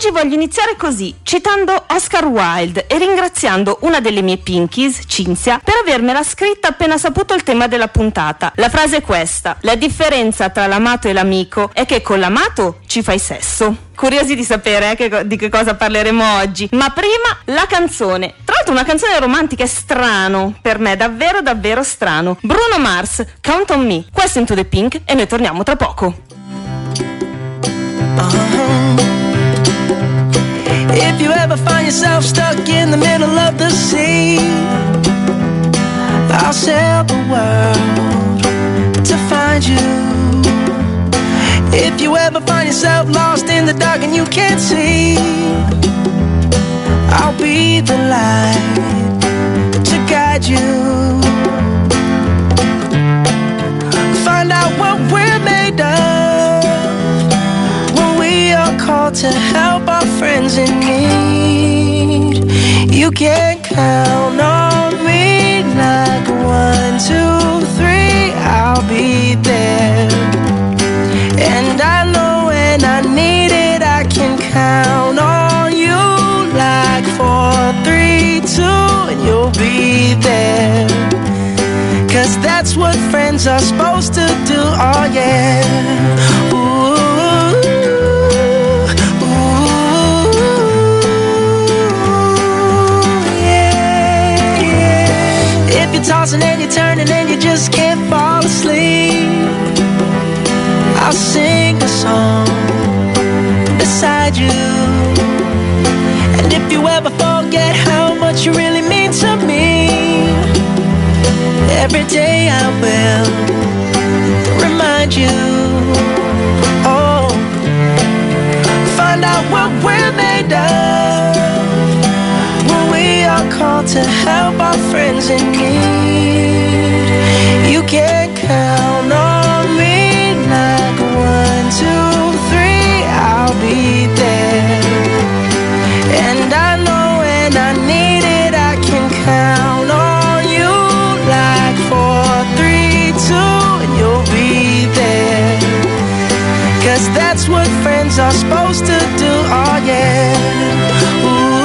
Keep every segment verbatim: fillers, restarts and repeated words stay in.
Oggi voglio iniziare così, citando Oscar Wilde e ringraziando una delle mie pinkies, Cinzia, per avermela scritta appena saputo il tema della puntata. La frase è questa: la differenza tra l'amato e l'amico è che con l'amato ci fai sesso. Curiosi di sapere eh, che, di che cosa parleremo oggi, ma prima la canzone. Tra l'altro una canzone romantica, è strano per me, davvero davvero strano. Bruno Mars, Count on Me. Questo è Into the Pink e noi torniamo tra poco. Uh-huh. If you ever find yourself stuck in the middle of the sea, I'll sail the world to find you. If you ever find yourself lost in the dark and you can't see, I'll be the light to guide you. Find out what we're made of when we are called to help our friends in need. You can count on me like one, two, three, I'll be there. And I know when I need it, I can count on you like four, three, two, and you'll be there. Cause that's what friends are supposed to do, oh yeah. Ooh, ooh, yeah, yeah. If you're tossing and you're turning and you just can't fall asleep, I'll sing a song beside you. And if you ever forget how much you really mean to me, every day I will remind you. Oh, find out what we're made of when we are called to help our friends in need. You can count on me like one, two, three, I'll be there. And I know when I need it, I can count on you like four, three, two, and you'll be there. Cause that's what friends are supposed to do, oh yeah. Ooh,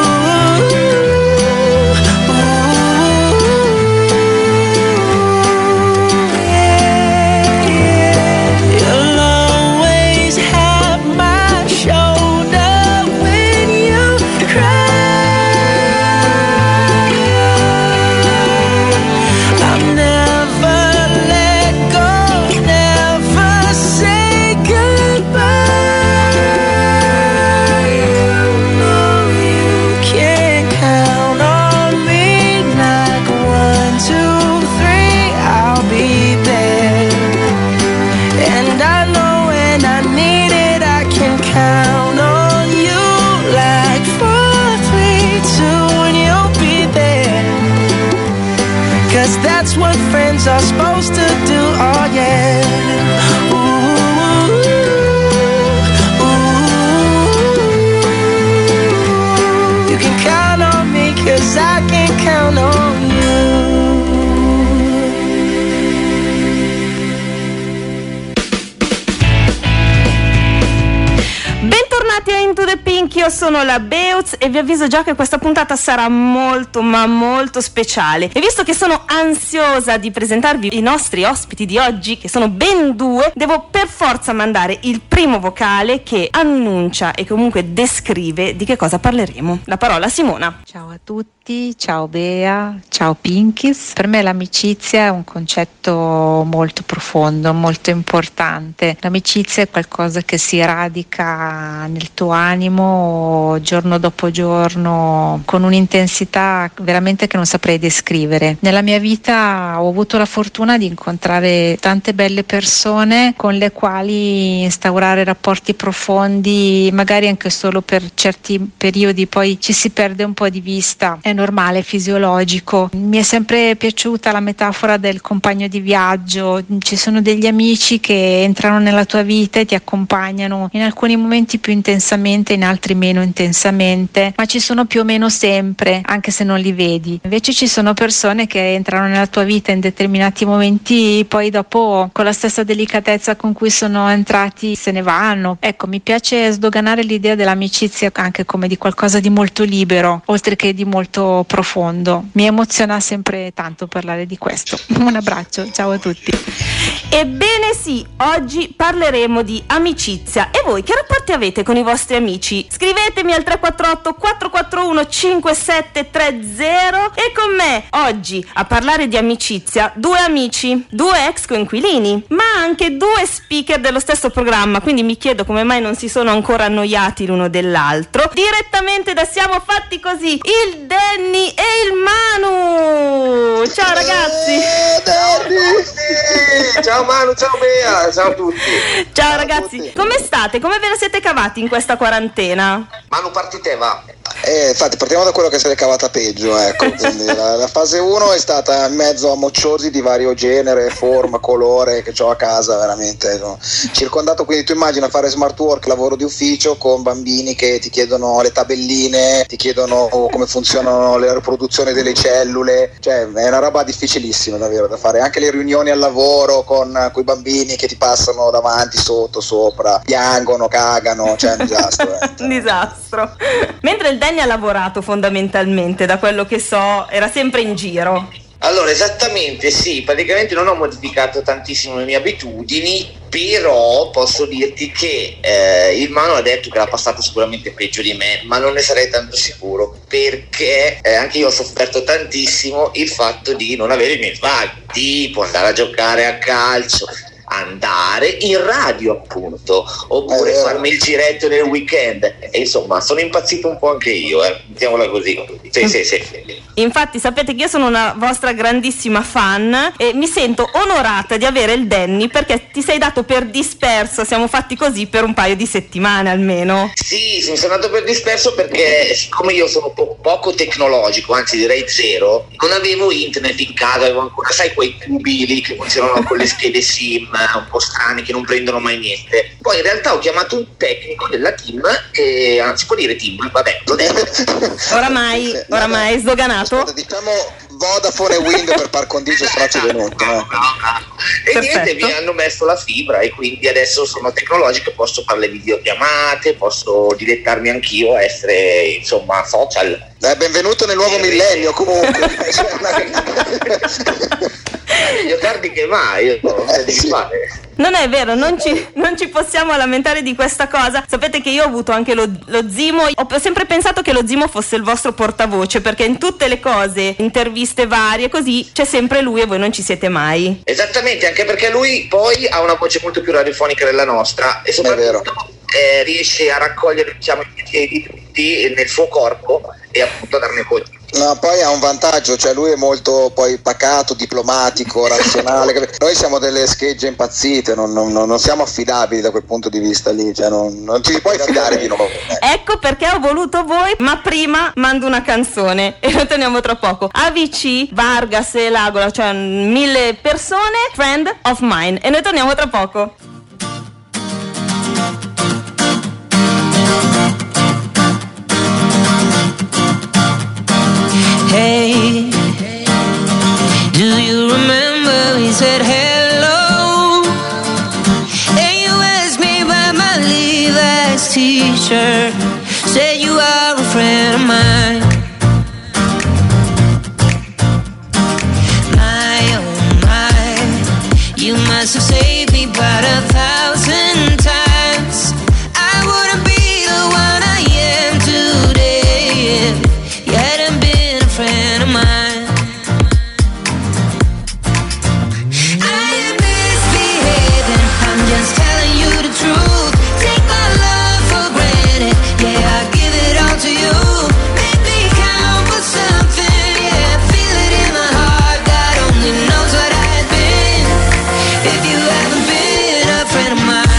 that's what friends are supposed to do, oh yeah. Ooh, ooh, you can count on me, cause I can count on you. Bentornati a Into the Pink, io sono la Beuz e vi avviso già che questa puntata sarà molto ma molto speciale. E visto che sono ansiosa di presentarvi i nostri ospiti di oggi, che sono ben due, devo per forza mandare il primo vocale che annuncia e comunque descrive di che cosa parleremo. La parola a Simona. Ciao a tutti, ciao Bea, ciao Pinkies. Per me l'amicizia è un concetto molto profondo, molto importante. L'amicizia è qualcosa che si radica nel tuo animo giorno dopo giorno con un'intensità veramente che non saprei descrivere. Nella mia vita ho avuto la fortuna di incontrare tante belle persone con le quali instaurare rapporti profondi, magari anche solo per certi periodi poi ci si perde un po' di vista e normale, fisiologico. Mi è sempre piaciuta la metafora del compagno di viaggio. Ci sono degli amici che entrano nella tua vita e ti accompagnano in alcuni momenti più intensamente, in altri meno intensamente, ma ci sono più o meno sempre, anche se non li vedi. Invece ci sono persone che entrano nella tua vita in determinati momenti, poi dopo con la stessa delicatezza con cui sono entrati se ne vanno. Ecco, mi piace sdoganare l'idea dell'amicizia anche come di qualcosa di molto libero, oltre che di molto profondo. Mi emoziona sempre tanto parlare di questo. Un abbraccio, ciao a tutti. Ebbene sì, oggi parleremo di amicizia. E voi che rapporti avete con i vostri amici? Scrivetemi al tre quattro otto quattro quattro uno cinque sette tre zero. E con me oggi a parlare di amicizia due amici, due ex coinquilini, ma anche due speaker dello stesso programma, quindi mi chiedo come mai non si sono ancora annoiati l'uno dell'altro. Direttamente da Siamo Fatti Così, il Danny e il Manu. Ciao ragazzi. Eh, Danny. Ciao Manu, ciao Bea, ciao a tutti. Ciao, ciao ragazzi, come state? Come ve la siete cavati in questa quarantena? Manu, parti te, va. Eh, infatti partiamo da quello che se l'è cavata peggio, ecco. Quindi la, la fase uno è stata in mezzo a mocciosi di vario genere, forma, colore che ho a casa, veramente, no? Circondato, quindi tu immagina fare smart work, lavoro di ufficio con bambini che ti chiedono le tabelline, ti chiedono come funzionano le riproduzioni delle cellule, cioè è una roba difficilissima davvero da fare, anche le riunioni al lavoro con quei bambini che ti passano davanti, sotto, sopra, piangono, cagano, cioè è un disastro. Eh. Un disastro. Mentre il Danny ha lavorato fondamentalmente, da quello che so, era sempre in giro. Allora, esattamente sì, praticamente non ho modificato tantissimo le mie abitudini, però posso dirti che eh, il Manu ha detto che l'ha passato sicuramente peggio di me, ma non ne sarei tanto sicuro, perché eh, anche io ho sofferto tantissimo il fatto di non avere i miei svaghi, tipo andare a giocare a calcio, andare in radio appunto, oppure eh, farmi il giretto nel weekend, e insomma sono impazzito un po' anche io, eh. Mettiamola così. Sì, sì, sì. Infatti sapete che io sono una vostra grandissima fan e mi sento onorata di avere il Danny, perché ti sei dato per disperso, Siamo Fatti Così, per un paio di settimane almeno. Sì, mi sono dato per disperso perché siccome io sono po- poco tecnologico, anzi direi zero, non avevo internet in casa, avevo ancora, sai, quei tubi lì che funzionano con le schede SIM un po' strani che non prendono mai niente. Poi in realtà ho chiamato un tecnico della team e anzi, può dire team, vabbè, l'ho detto. Oramai, oramai è sdoganato. Aspetta, diciamo Vodafone e Wind per par condicio, se no ci venuto. No, no, no. E Perfetto. niente, mi hanno messo la fibra e quindi adesso sono tecnologico, posso fare le videochiamate, posso dilettarmi anch'io a essere, insomma, social. Eh, benvenuto nel nuovo millennio comunque. Meglio tardi che mai, no? Eh, devi sì. fare. Non è vero, non ci, non ci possiamo lamentare di questa cosa. Sapete che io ho avuto anche lo, lo Zimo, ho sempre pensato che lo Zimo fosse il vostro portavoce, perché in tutte le cose, interviste varie, così c'è sempre lui e voi non ci siete mai. Esattamente, anche perché lui poi ha una voce molto più radiofonica della nostra e soprattutto eh, riesce a raccogliere, diciamo, i piedi tutti nel suo corpo e appunto a darne conto. No, poi ha un vantaggio, cioè lui è molto poi pacato, diplomatico, razionale. Noi siamo delle schegge impazzite, non, non, non siamo affidabili da quel punto di vista lì, cioè non, non ti puoi fidare di noi. Ecco perché ho voluto voi, ma prima mando una canzone e lo teniamo tra poco. A V C, Vargas e Lagola, cioè mille persone, Friend of Mine, e noi torniamo tra poco. Hey, do you remember we said hello? And you asked me about my Levi's t-shirt. Said you are a friend of mine. My, oh my, you must have saved me about a thousand times. I wouldn't be the one I am today if you hadn't been a friend of mine. I am misbehaving, I'm just telling you the truth. Take my love for granted, yeah, I give it all to you. Make me count for something, yeah, feel it in my heart. God only knows what I had been if you haven't been a friend of mine.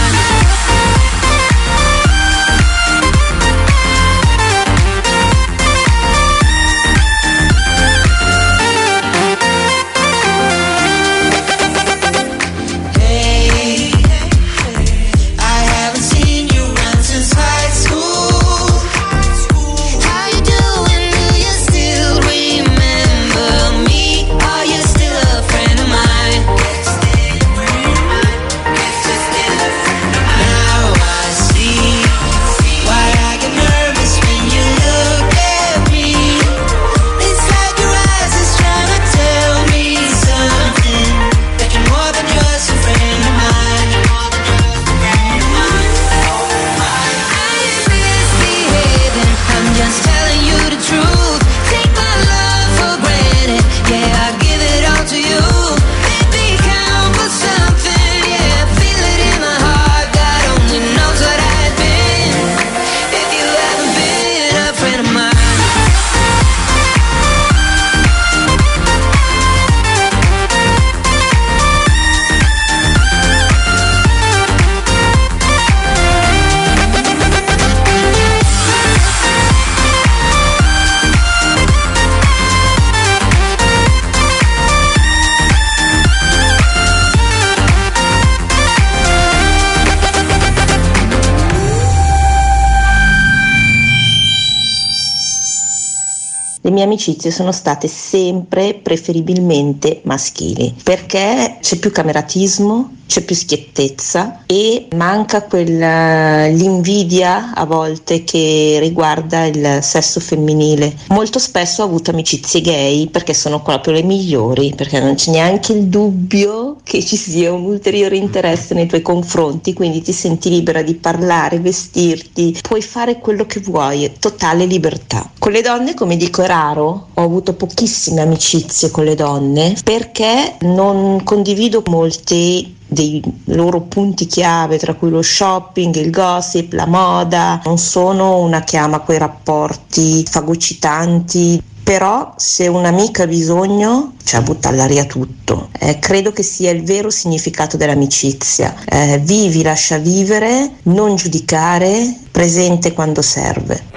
le mie amicizie sono state sempre preferibilmente maschili, perché c'è più cameratismo, c'è più schiettezza e manca quella l'invidia a volte che riguarda il sesso femminile. Molto spesso ho avuto amicizie gay perché sono proprio le migliori, perché non c'è neanche il dubbio che ci sia un ulteriore interesse nei tuoi confronti, quindi ti senti libera di parlare, vestirti, puoi fare quello che vuoi, è totale libertà. Con le donne, come dico, è raro, ho avuto pochissime amicizie con le donne perché non condivido molti dei loro punti chiave, tra cui lo shopping, il gossip, la moda. Non sono una che ama quei rapporti fagocitanti, però se un'amica ha bisogno, cioè butta all'aria tutto. Eh, credo che sia il vero significato dell'amicizia. Eh, vivi, lascia vivere, non giudicare, presente quando serve.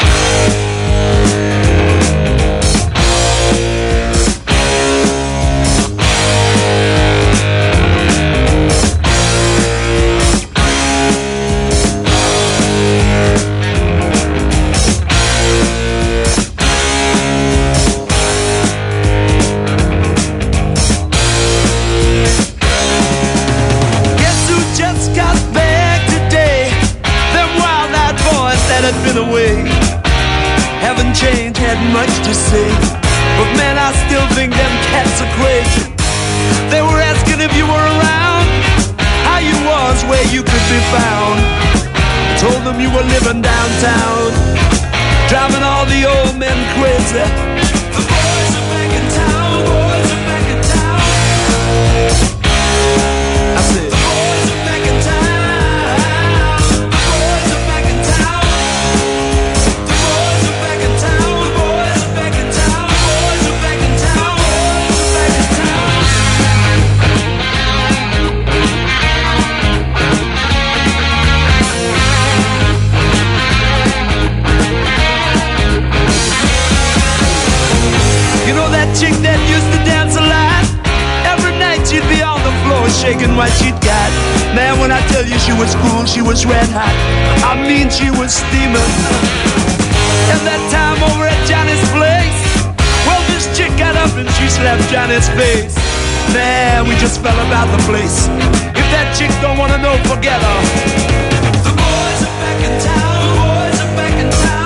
Shaking what she'd got. Man, when I tell you she was cool, she was red hot. I mean, she was steaming. And that time over at Johnny's place, well, this chick got up and she slapped Johnny's face. Man, we just fell about the place. If that chick don't wanna know, forget her. The boys are back in town. The boys are back in town.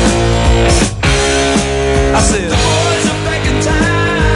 I said, the boys are back in town.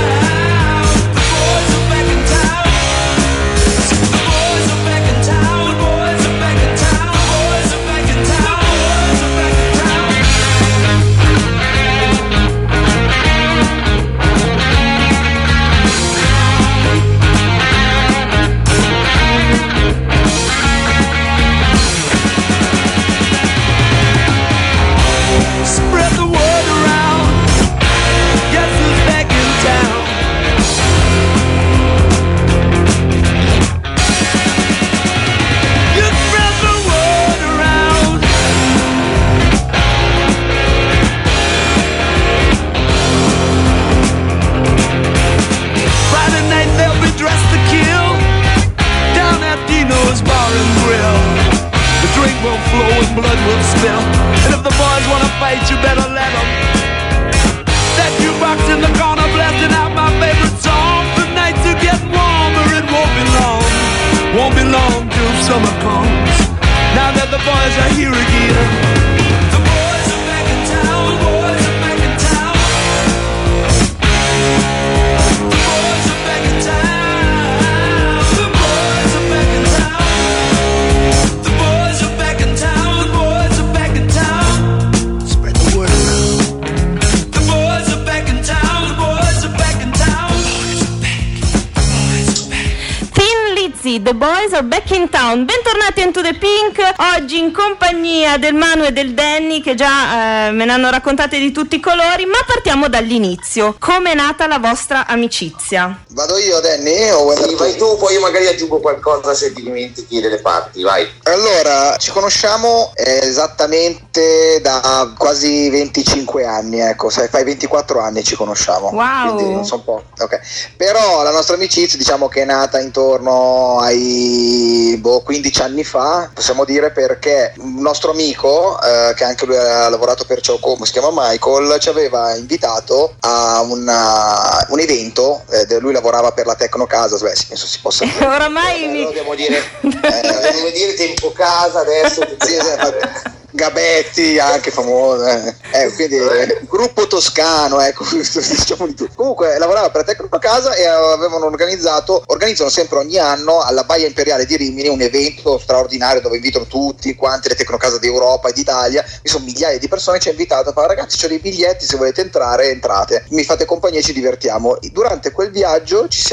Blood will spill, and if the boys wanna fight, you better let them. That jukebox in the corner blasting out my favorite song. The nights are getting warmer, it won't be long. Won't be long till summer comes. Now that the boys are here again. The boys are back in town. Boys are back in town. The boys are back in town. The boys are back in town. The boys are back in town. The Boys Are Back in Town. Bentornati a Into the Pink, oggi in compagnia del Manu e del Danny che già eh, me ne hanno raccontate di tutti i colori, ma partiamo dall'inizio. Come è nata la vostra amicizia? Vado io, Danny? O vuoi sì, vai tu, poi io magari aggiungo qualcosa se ti dimentichi delle parti, vai. Allora, ci conosciamo esattamente da quasi venticinque anni, ecco, sai, fai ventiquattro anni ci conosciamo. Wow. Quindi non so un po', ok. Però la nostra amicizia, diciamo che è nata intorno ai ormai boh, quindici anni fa, possiamo dire, perché un nostro amico eh, che anche lui ha lavorato per Ciao Como, si chiama Michael, ci aveva invitato a una, un evento, eh, lui lavorava per la Tecnocasa, beh, penso si possa dire. Oramai mi... dobbiamo dire, eh, dobbiamo dire Tempo Casa adesso. Sì, esatto. Gabetti anche famoso, eh. Eh, quindi eh, gruppo toscano, ecco, diciamo di tutto. Comunque lavorava per Tecnocasa e avevano organizzato, organizzano sempre ogni anno alla Baia Imperiale di Rimini un evento straordinario dove invitano tutti quanti le Tecnocasa d'Europa e d'Italia. Mi sono migliaia di persone, ci ha invitato a fare: ragazzi, c'ho dei biglietti, se volete entrare entrate, mi fate compagnia e ci divertiamo. Durante quel viaggio ci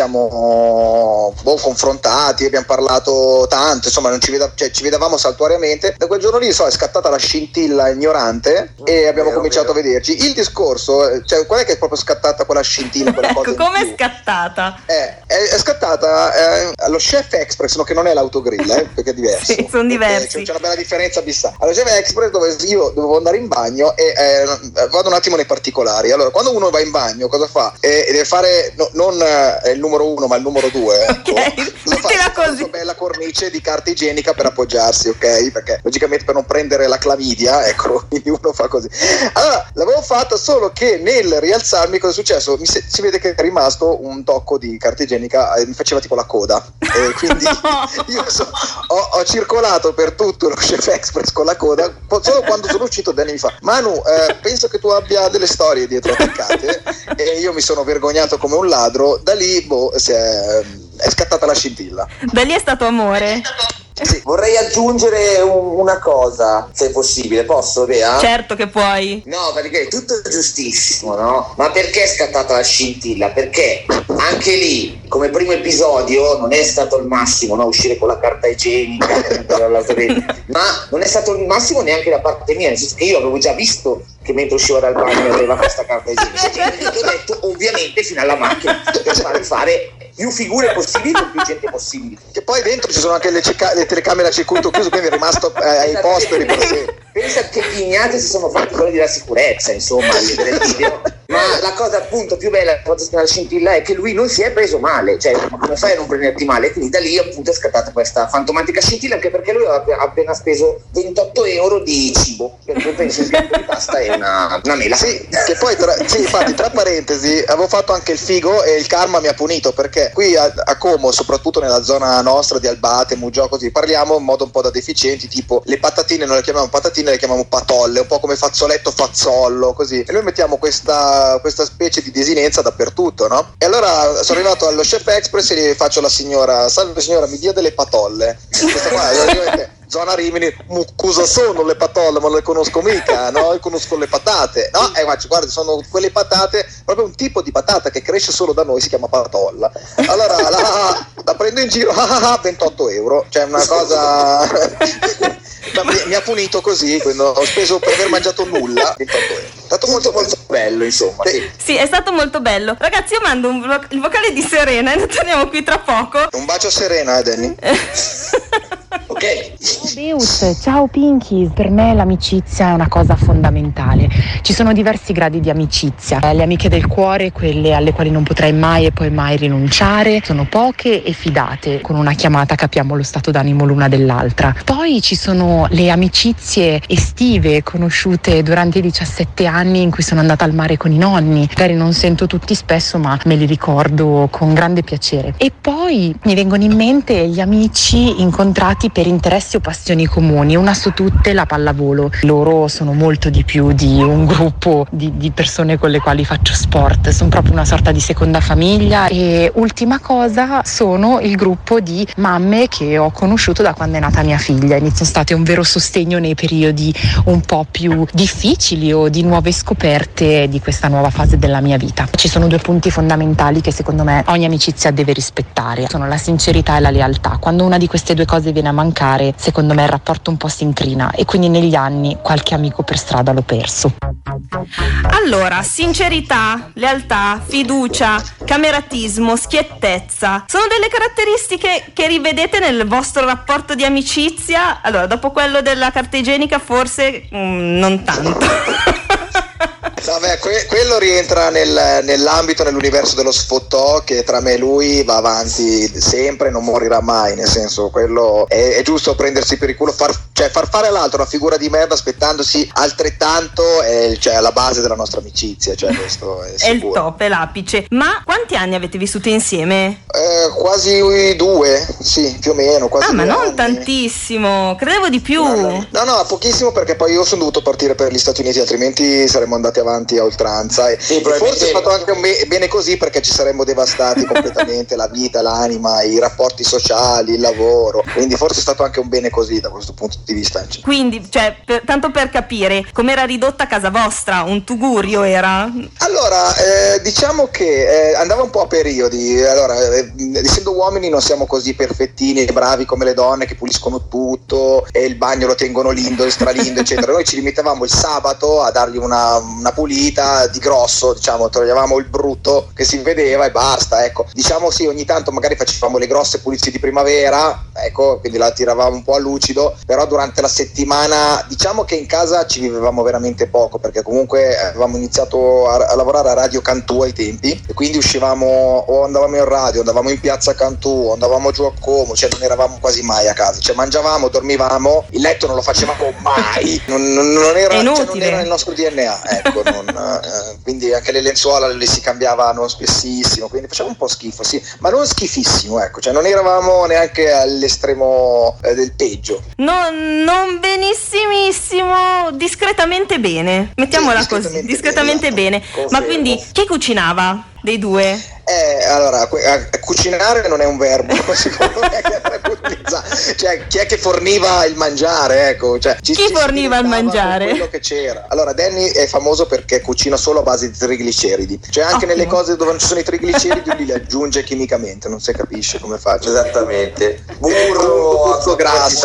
siamo boh, confrontati, abbiamo parlato tanto, insomma non ci, veda, cioè, ci vedavamo saltuariamente. Da quel giorno lì so, è scattata la scintilla ignorante e abbiamo vero, cominciato vero. a vederci. Il discorso, cioè, qual è che è proprio scattata quella scintilla, quella ecco, cosa come è scattata? Eh, è, è scattata eh, allo Chef Express, no, che non è l'autogrill, eh, perché è diverso. Sì, sono diversi. C'è, c'è una bella differenza abissale. Allo Chef Express, dove io dovevo andare in bagno e eh, vado un attimo nei particolari. Allora, quando uno va in bagno, cosa fa? Eh, deve fare no, non eh, il numero uno, ma il numero due. Ecco. Ok, mettila così. Una bella cornice di carta igienica per appoggiarsi, ok? Perché logicamente per non prendere la clavidia, ecco, quindi uno fa così. Allora, l'avevo fatta, solo che nel rialzarmi cosa è successo? Mi se, si vede che è rimasto un tocco di carta igienica e mi faceva tipo la coda. E quindi io so, ho, ho circolato per tutto lo Chef Express con la coda, solo quando sono uscito Danny mi fa: Manu, eh, penso che tu abbia delle storie dietro attaccate. E io mi sono vergognato come un ladro. Da lì, boh, si è, è scattata la scintilla. Da lì è stato amore. Sì. Vorrei aggiungere un, una cosa, se è possibile, posso, Bea? Certo che puoi. No, perché è tutto giustissimo, no? Ma perché è scattata la scintilla? Perché anche lì, come primo episodio, non è stato il massimo, no? Uscire con la carta igienica, ma non è stato il massimo neanche da parte mia, nel senso che io avevo già visto che mentre usciva dal bagno aveva questa carta igienica e ho detto, ovviamente, fino alla macchina per farmi fare più figure possibili con più gente possibile. Che poi dentro ci sono anche le, ceca- le telecamere a circuito chiuso, quindi è rimasto eh, ai posteri per sé. Pensa che pignate si sono fatti quelli della sicurezza, insomma, a vedere il video. Ma la cosa appunto più bella della scintilla è che lui non si è preso male, cioè ma come fai a non prenderti male? Quindi da lì appunto è scattata questa fantomatica scintilla, anche perché lui ha appena speso ventotto euro di cibo, perché penso il piatto di pasta è una, una mela. Sì, che poi tra, sì, infatti tra parentesi avevo fatto anche il figo e il karma mi ha punito, perché qui a, a Como, soprattutto nella zona nostra di Albate, Muggio, così parliamo in modo un po' da deficienti, tipo le patatine non le chiamiamo patatine, le chiamiamo patolle, un po' come fazzoletto, fazzollo, così, e noi mettiamo questa, questa specie di desinenza dappertutto, no? E allora sono arrivato allo Chef Express e gli faccio la signora: salve signora, mi dia delle patolle. Questa qua è zona Rimini, cosa sono le patolle? Ma non le conosco mica, no? Io conosco le patate, no? E faccio, guarda, sono quelle patate, proprio un tipo di patata che cresce solo da noi, si chiama patolla. Allora la, la prendo in giro, ventotto euro, cioè una cosa mi, mi ha punito così, quindi ho speso per aver mangiato nulla, ventotto euro. È stato molto molto bello, insomma. Sì, sì, è stato molto bello. Ragazzi, io mando un vo- il vocale di Serena e noi torniamo qui tra poco. Un bacio a Serena, eh, Danny. Ok. Ciao Beus, ciao Pinky. Per me l'amicizia è una cosa fondamentale. Ci sono diversi gradi di amicizia. Le amiche del cuore, quelle alle quali non potrai mai e poi mai rinunciare, sono poche e fidate. Con una chiamata capiamo lo stato d'animo l'una dell'altra. Poi ci sono le amicizie estive, conosciute durante i diciassette anni in cui sono andata al mare con i nonni. Magari non sento tutti spesso, ma me li ricordo con grande piacere. E poi mi vengono in mente gli amici incontrati per interessi o passioni comuni, una su tutte la pallavolo. Loro sono molto di più di un gruppo di, di persone con le quali faccio sport, sono proprio una sorta di seconda famiglia. E ultima cosa, sono il gruppo di mamme che ho conosciuto da quando è nata mia figlia. Sono state un vero sostegno nei periodi un po' più difficili o di nuove scoperte di questa nuova fase della mia vita. Ci sono due punti fondamentali che secondo me ogni amicizia deve rispettare, sono la sincerità e la lealtà. Quando una di queste due cose viene a mancare, secondo me il rapporto un po' si incrina, e quindi negli anni qualche amico per strada l'ho perso. Allora, sincerità, lealtà, fiducia, cameratismo, schiettezza sono delle caratteristiche che rivedete nel vostro rapporto di amicizia? Allora, dopo quello della carta igienica forse mm, non tanto. Vabbè, que- quello rientra nel, nell'ambito, nell'universo dello sfottò, che tra me e lui va avanti sempre, non morirà mai, nel senso, quello è, è giusto prendersi per il culo, far, cioè far fare all'altro una figura di merda aspettandosi altrettanto è, cioè, la base della nostra amicizia, cioè questo è, è il top, è l'apice. Ma quanti anni avete vissuto insieme? Eh, quasi due, sì, più o meno, quasi Ah, ma due non anni. Tantissimo, credevo di più. No, no, no, no, pochissimo, perché poi io sono dovuto partire per gli Stati Uniti, altrimenti saremmo andati avanti a oltranza. E Sì, forse è stato anche un be- bene così, perché ci saremmo devastati completamente la vita, l'anima, i rapporti sociali, il lavoro. Quindi forse è stato anche un bene così da questo punto di vista. Quindi, cioè, per, tanto per capire, com'era ridotta casa vostra? Un tugurio era? Allora, eh, diciamo che eh, andava un po' a periodi. Allora, eh, essendo uomini non siamo così perfettini e bravi come le donne che puliscono tutto e il bagno lo tengono lindo, stralindo, eccetera. Noi ci limitavamo il sabato a dargli una, una pulita di grosso, diciamo, toglievamo il brutto che si vedeva e basta, ecco. Diciamo sì, ogni tanto magari facevamo le grosse pulizie di primavera, ecco, quindi la tiravamo un po' a lucido, però durante la settimana diciamo che in casa ci vivevamo veramente poco, perché comunque avevamo iniziato a, a lavorare a Radio Cantù ai tempi, e quindi uscivamo o andavamo in radio, andavamo in piazza Cantù, o andavamo giù a Como, cioè non eravamo quasi mai a casa, cioè mangiavamo, dormivamo, il letto non lo facevamo mai, non, non, non, era, cioè, non era nel nostro D N A, ecco, non, eh, quindi anche le lenzuola le si cambiavano spessissimo, quindi faceva un po' schifo, sì, ma non schifissimo, ecco, cioè non eravamo neanche all'estremo eh, del peggio. No, non benissimissimo, discretamente bene, mettiamola Sì, discretamente così, discretamente bene, bene. confermo. Ma quindi chi cucinava dei due? Eh, allora, a, a cucinare non è un verbo, secondo me, che andrebbe utilizzato. Cioè, chi è che forniva il mangiare, ecco, cioè, ci, Chi ci forniva il mangiare? Quello che c'era. Allora, Danny è famoso perché cucina solo a base di trigliceridi, cioè anche Ottimo. nelle cose dove non ci sono i trigliceridi lui li aggiunge chimicamente, non si capisce come faccia. Esattamente. Burro, tutto grasso.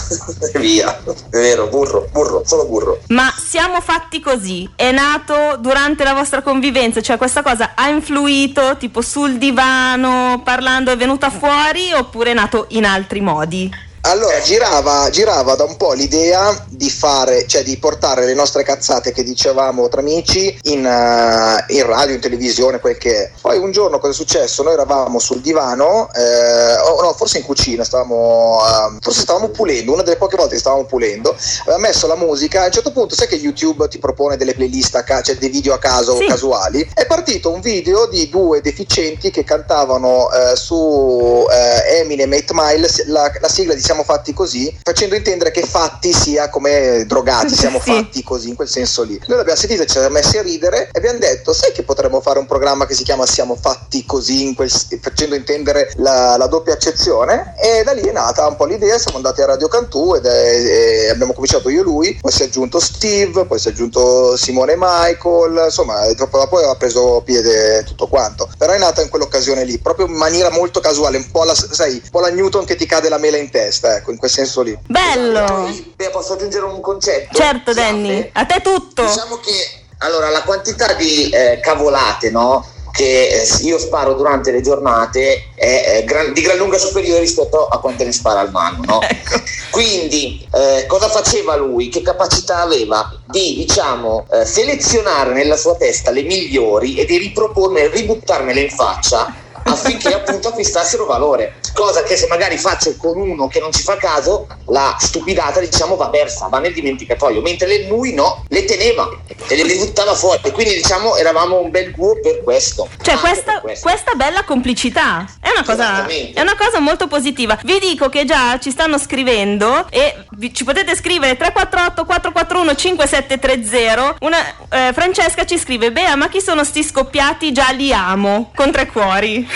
e via. È vero, burro, burro, solo burro. Ma siamo fatti così, è nato durante la vostra convivenza, cioè questa cosa ha influito tipo sul divano, parlando, è venuta fuori, oppure è nato in altri modi? Allora girava, girava da un po' l'idea di fare, cioè di portare le nostre cazzate che dicevamo tra amici in, uh, in radio, in televisione, quel che è. Poi un giorno cosa è successo? Noi eravamo sul divano, eh, oh, no, forse in cucina, stavamo, uh, forse stavamo pulendo, una delle poche volte che stavamo pulendo, aveva messo la musica, a un certo punto sai che YouTube ti propone delle playlist, a ca- cioè dei video a caso, Sì. casuali, è partito un video di due deficienti che cantavano uh, su uh, Eminem eight Mile la, la sigla di Siamo Fatti Così, facendo intendere che fatti sia come drogati, siamo Sì. fatti così, in quel senso lì. Noi l'abbiamo sentito, ci siamo messi a ridere e abbiamo detto, sai che potremmo fare un programma che si chiama Siamo Fatti Così, in quel, facendo intendere la, la doppia accezione, e da lì è nata un po' l'idea, siamo andati a Radio Cantù ed è, e abbiamo cominciato io e lui, poi si è aggiunto Steve, poi si è aggiunto Simone e Michael, insomma dopo, dopo aveva preso piede tutto quanto, però è nata in quell'occasione lì, proprio in maniera molto casuale, un po' la, sai, un po' la Newton che ti cade la mela in testa, ecco, in quel senso lì. Bello! Beh, posso aggiungere un concetto? Certo, Scusate. Danny, a te tutto! Diciamo che allora la quantità di eh, cavolate, no, che eh, io sparo durante le giornate è eh, gran, di gran lunga superiore rispetto a quante ne spara al anno, no? Ecco. Quindi eh, cosa faceva lui? Che capacità aveva di, diciamo, eh, selezionare nella sua testa le migliori e di riproporne, ributtarmele in faccia affinché appunto acquistassero valore, cosa che se magari faccio con uno che non ci fa caso, la stupidata diciamo va persa, va nel dimenticatoio, mentre le, lui no, le teneva e le buttava fuori, e quindi diciamo eravamo un bel duo per questo. Cioè Anche questa, per questo. questa bella complicità è una cosa, Esattamente. è una cosa molto positiva. Vi dico che già ci stanno scrivendo e vi- ci potete scrivere tre quattro otto quattro quattro uno cinque sette tre zero. Una, eh, Francesca ci scrive: Bea, ma chi sono sti scoppiati? Già li amo, con tre cuori.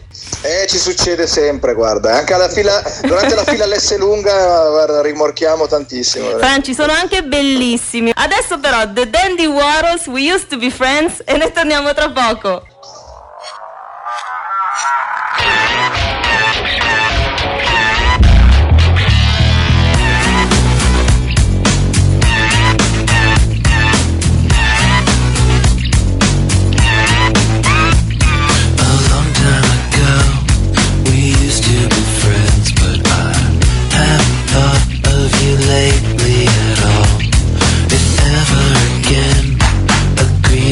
Eh, ci succede sempre, guarda, anche alla fila, durante la fila l'S lunga, guarda, rimorchiamo tantissimo. veramente. Franci, sono anche bellissimi. Adesso però The Dandy Warhols, We Used to Be Friends, e noi torniamo tra poco. Lately at all, if ever again, agree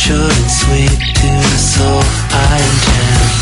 short and sweet to the soul I intend.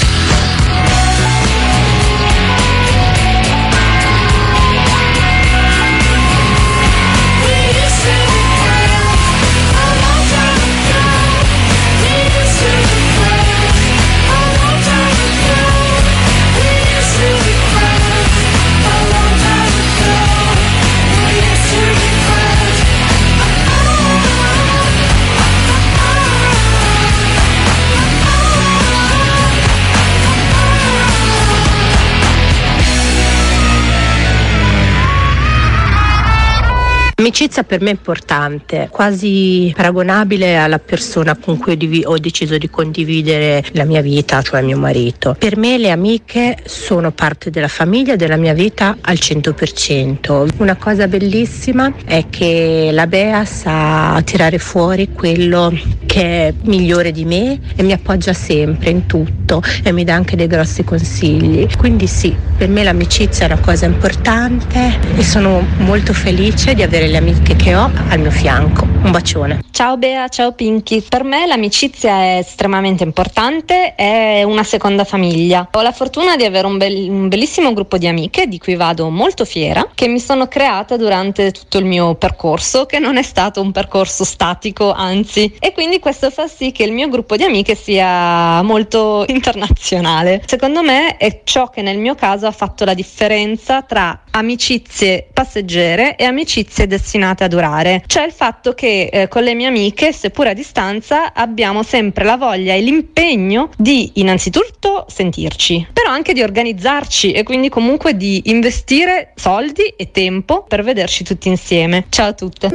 L'amicizia per me è importante, quasi paragonabile alla persona con cui ho deciso di condividere la mia vita, cioè mio marito. Per me le amiche sono parte della famiglia e della mia vita al cento per cento. Una cosa bellissima è che la Bea sa tirare fuori quello che è migliore di me e mi appoggia sempre in tutto e mi dà anche dei grossi consigli. Quindi sì, per me l'amicizia è una cosa importante e sono molto felice di avere le amiche che ho al mio fianco. Un bacione. Ciao Bea, ciao Pinky. Per me l'amicizia è estremamente importante, è una seconda famiglia. Ho la fortuna di avere un, bel, un bellissimo gruppo di amiche di cui vado molto fiera, che mi sono creata durante tutto il mio percorso, che non è stato un percorso statico, anzi. E quindi questo fa sì che il mio gruppo di amiche sia molto internazionale. Secondo me è ciò che nel mio caso ha fatto la differenza tra amicizie passeggere e amicizie destinate a durare. Cioè il fatto che eh, con le mie amiche, seppur a distanza, abbiamo sempre la voglia e l'impegno di innanzitutto sentirci, però anche di organizzarci e quindi comunque di investire soldi e tempo per vederci tutti insieme. Ciao a tutte.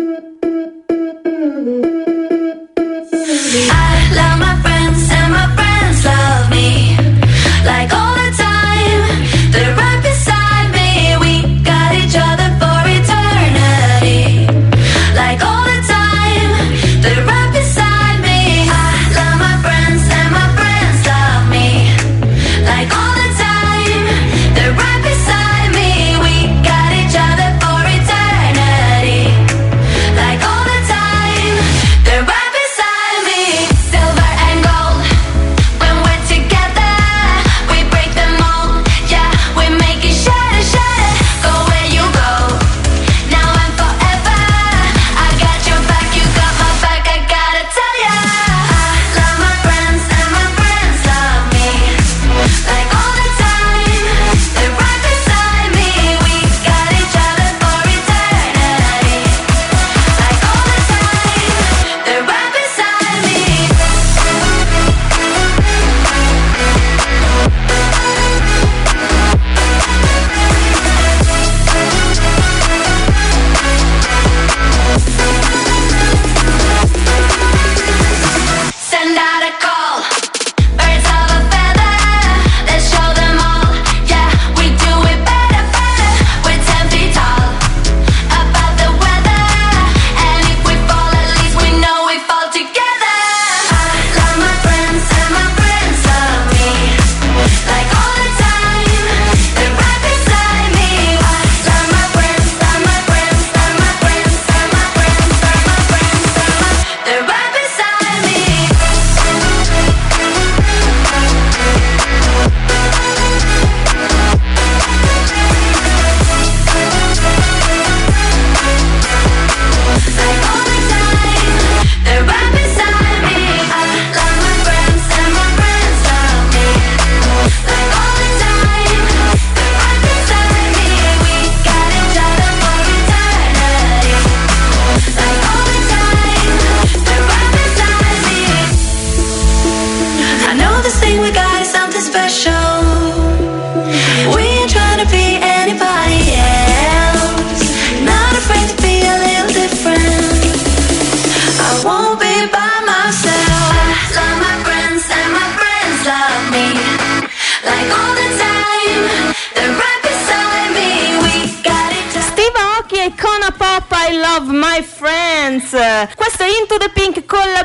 I love my friends and my friends love me. Like all the time, they're right beside me. We got each other for eternity. Like all the time, they're right beside me. I love my friends and my friends love me. Like all the time, they're right beside me. We got each other for eternity. Like all the time, they're right beside me. Silver and gold, when we're together, we break them all. Yeah, we make it shatter, shatter. Go where you go, now and forever. I got your back, you got my back. I gotta tell ya, I love my friends and my friends love me. Like all the time, they're right beside me. We got each other for eternity. Like all the time, they're right beside me. Send out a call, birds of a feather. Let's show them all. Yeah, we do it better, better. We're ten feet tall, above the weather. And if we fall, at least we know we fall together. I love my friends and my friends love me. Like all the time, they're right beside me. I love my friends, love my friends, love my friends, love my friends, love my friends, love my. They're right beside me. Like all the time, they're right beside me. I love my friends and my friends love me. Like all the time, they're right beside me. We got each other for eternity. Like all the time, they're right beside me. I know this thing we got is something special. We ain't trying to be anybody else. Not afraid to be a little different. I won't be by myself. I love my friends and my friends love me. Like all the time, they're right beside me. We got each other. Steve Aoki e Icona Pop, I love my friends. Questo è Into the Pink con la Beu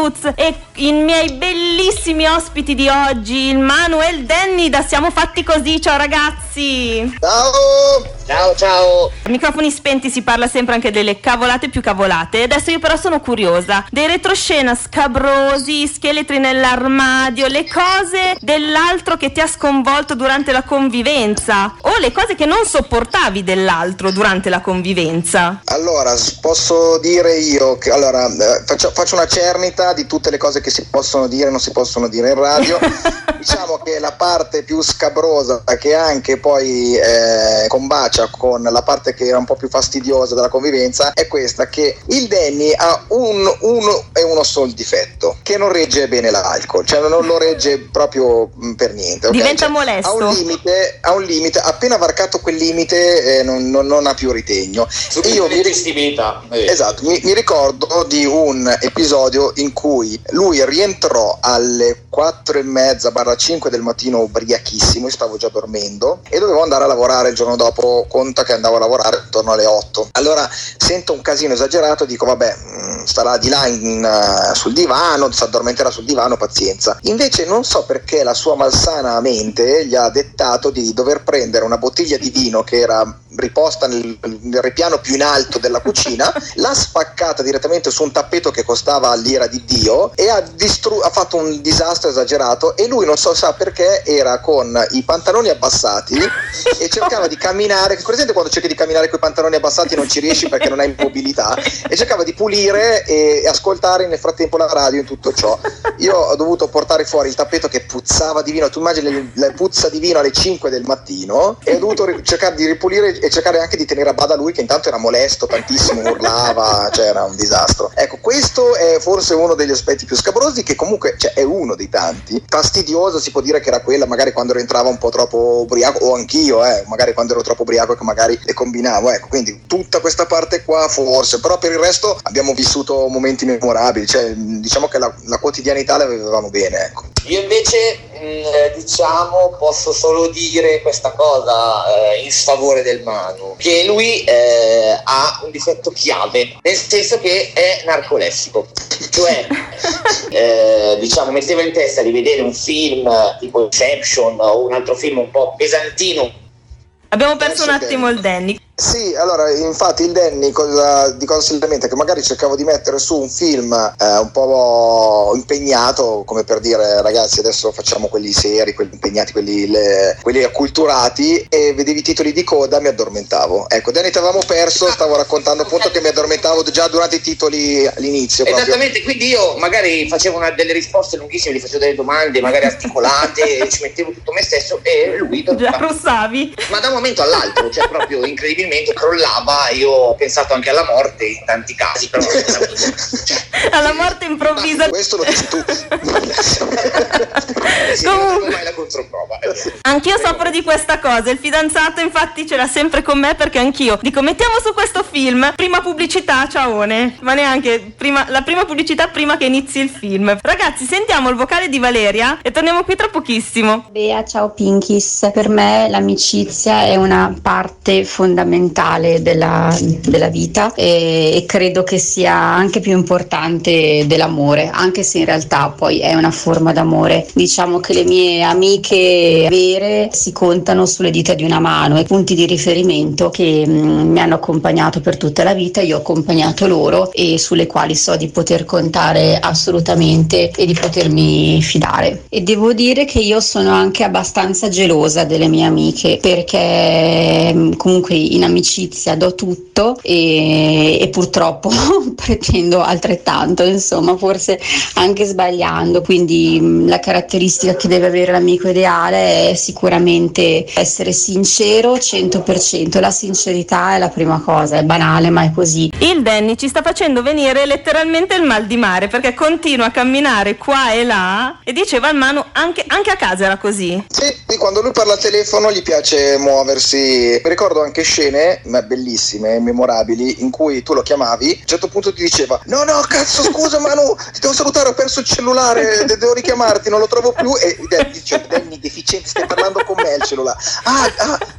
Roots e i miei bellissimi ospiti di oggi, il Manu e il Danny da Siamo Fatti Così. Ciao ragazzi! Ciao! Ciao ciao! Microfoni spenti, si parla sempre anche delle cavolate più cavolate. Adesso io però sono curiosa dei retroscena scabrosi, scheletri nell'armadio, le cose dell'altro che ti ha sconvolto durante la convivenza o le cose che non sopportavi dell'altro durante la convivenza. Allora, posso dire io che allora eh, faccio, faccio una cernita di tutte le cose che si possono dire e non si possono dire in radio. Diciamo che la parte più scabrosa, che anche poi eh, combacia con la parte che era un po' più fastidiosa della convivenza, è questa: che il Danny ha un uno e uno solo difetto, che non regge bene l'alcol, cioè non lo regge proprio mh, per niente, okay? Diventa Cioè, molesto. ha un limite, ha un limite, appena varcato quel limite eh, non, non, non ha più ritegno. E io mi gestibilità. Esatto, mi, mi ricordo di un episodio in cui lui rientrò alle quattro e mezza barra cinque del mattino ubriachissimo, io stavo già dormendo e dovevo andare a lavorare il giorno dopo. Conta che andavo a lavorare intorno alle otto. Allora sento un casino esagerato, dico vabbè, mh, starà di là in, uh, sul divano, si addormenterà sul divano, pazienza. Invece non so perché la sua malsana mente gli ha dettato di dover prendere una bottiglia di vino che era riposta nel, nel ripiano più in alto della cucina, l'ha spaccata direttamente su un tappeto che costava l'ira di Dio e ha, distru- ha fatto un disastro esagerato, e lui non so sa perché era con i pantaloni abbassati e cercava di camminare. Presente quando cerchi di camminare con i pantaloni abbassati e non ci riesci perché non hai mobilità, e cercava di pulire e ascoltare nel frattempo la radio in tutto ciò. Io ho dovuto portare fuori il tappeto che puzzava di vino, tu immagini la puzza di vino alle cinque del mattino, e ho dovuto ri- cercare di ripulire e cercare anche di tenere a bada lui, che intanto era molesto tantissimo, urlava, cioè era un disastro. Ecco, questo è forse uno degli aspetti più scabrosi, che comunque cioè, è uno dei tanti. Fastidioso si può dire che era quella, magari quando rientrava un po' troppo ubriaco, o anch'io, eh, magari quando ero troppo ubriaco che magari le combinavo, ecco, quindi tutta questa parte qua forse, però per il resto abbiamo vissuto momenti memorabili, cioè diciamo che la, la quotidianità la vivevamo bene, ecco. Io invece mh, diciamo posso solo dire questa cosa eh, in sfavore del Manu, che lui eh, ha un difetto chiave, nel senso che è narcolessico, cioè eh, diciamo metteva in testa di vedere un film tipo Inception o un altro film un po' pesantino. Abbiamo perso un attimo il Danny. Sì, allora infatti il Danny cosa, di cosa si lamenta? Che magari cercavo di mettere su un film eh, un po' impegnato, come per dire ragazzi adesso facciamo quelli seri, quelli impegnati, quelli, le, quelli acculturati, e vedevi i titoli di coda, mi addormentavo. Ecco, Danny ti avevamo perso, stavo raccontando appunto che mi addormentavo già durante i titoli all'inizio. Esattamente, proprio. Quindi io magari facevo una, delle risposte lunghissime, gli facevo delle domande magari articolate, ci mettevo tutto me stesso e lui già russavi. Ma da un momento all'altro, cioè proprio incredibilmente crollava. Io ho pensato anche alla morte in tanti casi, però cioè, alla morte improvvisa. Ma questo lo dici tu. sì, non mai la controprova. Anch'io soffro di questa cosa. Il fidanzato infatti ce l'ha sempre con me, perché anch'io dico mettiamo su questo film, prima pubblicità, ciaone, ma neanche prima, la prima pubblicità prima che inizi il film. Ragazzi, sentiamo il vocale di Valeria e torniamo qui tra pochissimo. Bea, ciao Pinkies. Per me l'amicizia è una parte fondamentale della, della vita e, e credo che sia anche più importante dell'amore, anche se in realtà poi è una forma d'amore. Diciamo che le mie amiche vere si contano sulle dita di una mano, e punti di riferimento che mh, mi hanno accompagnato per tutta la vita, io ho accompagnato loro, e sulle quali so di poter contare assolutamente e di potermi fidare. E devo dire che io sono anche abbastanza gelosa delle mie amiche, perché mh, comunque in amicizia do tutto e, e purtroppo pretendo altrettanto, insomma, forse anche sbagliando. Quindi mh, la caratteristica che deve avere l'amico ideale è sicuramente essere sincero cento per cento. La sincerità è la prima cosa, è banale ma è così. Il Danny ci sta facendo venire letteralmente il mal di mare, perché continua a camminare qua e là, e diceva al Manu anche, anche a casa era così. Sì, sì, quando lui parla al telefono gli piace muoversi. Mi ricordo anche scene ma bellissime, memorabili, in cui tu lo chiamavi, a un certo punto ti diceva no no cazzo scusa Manu, ti devo salutare, ho perso il cellulare, devo richiamarti, non lo trovo più, e dice Danny deficiente, stai parlando con me il cellulare. Ah, ah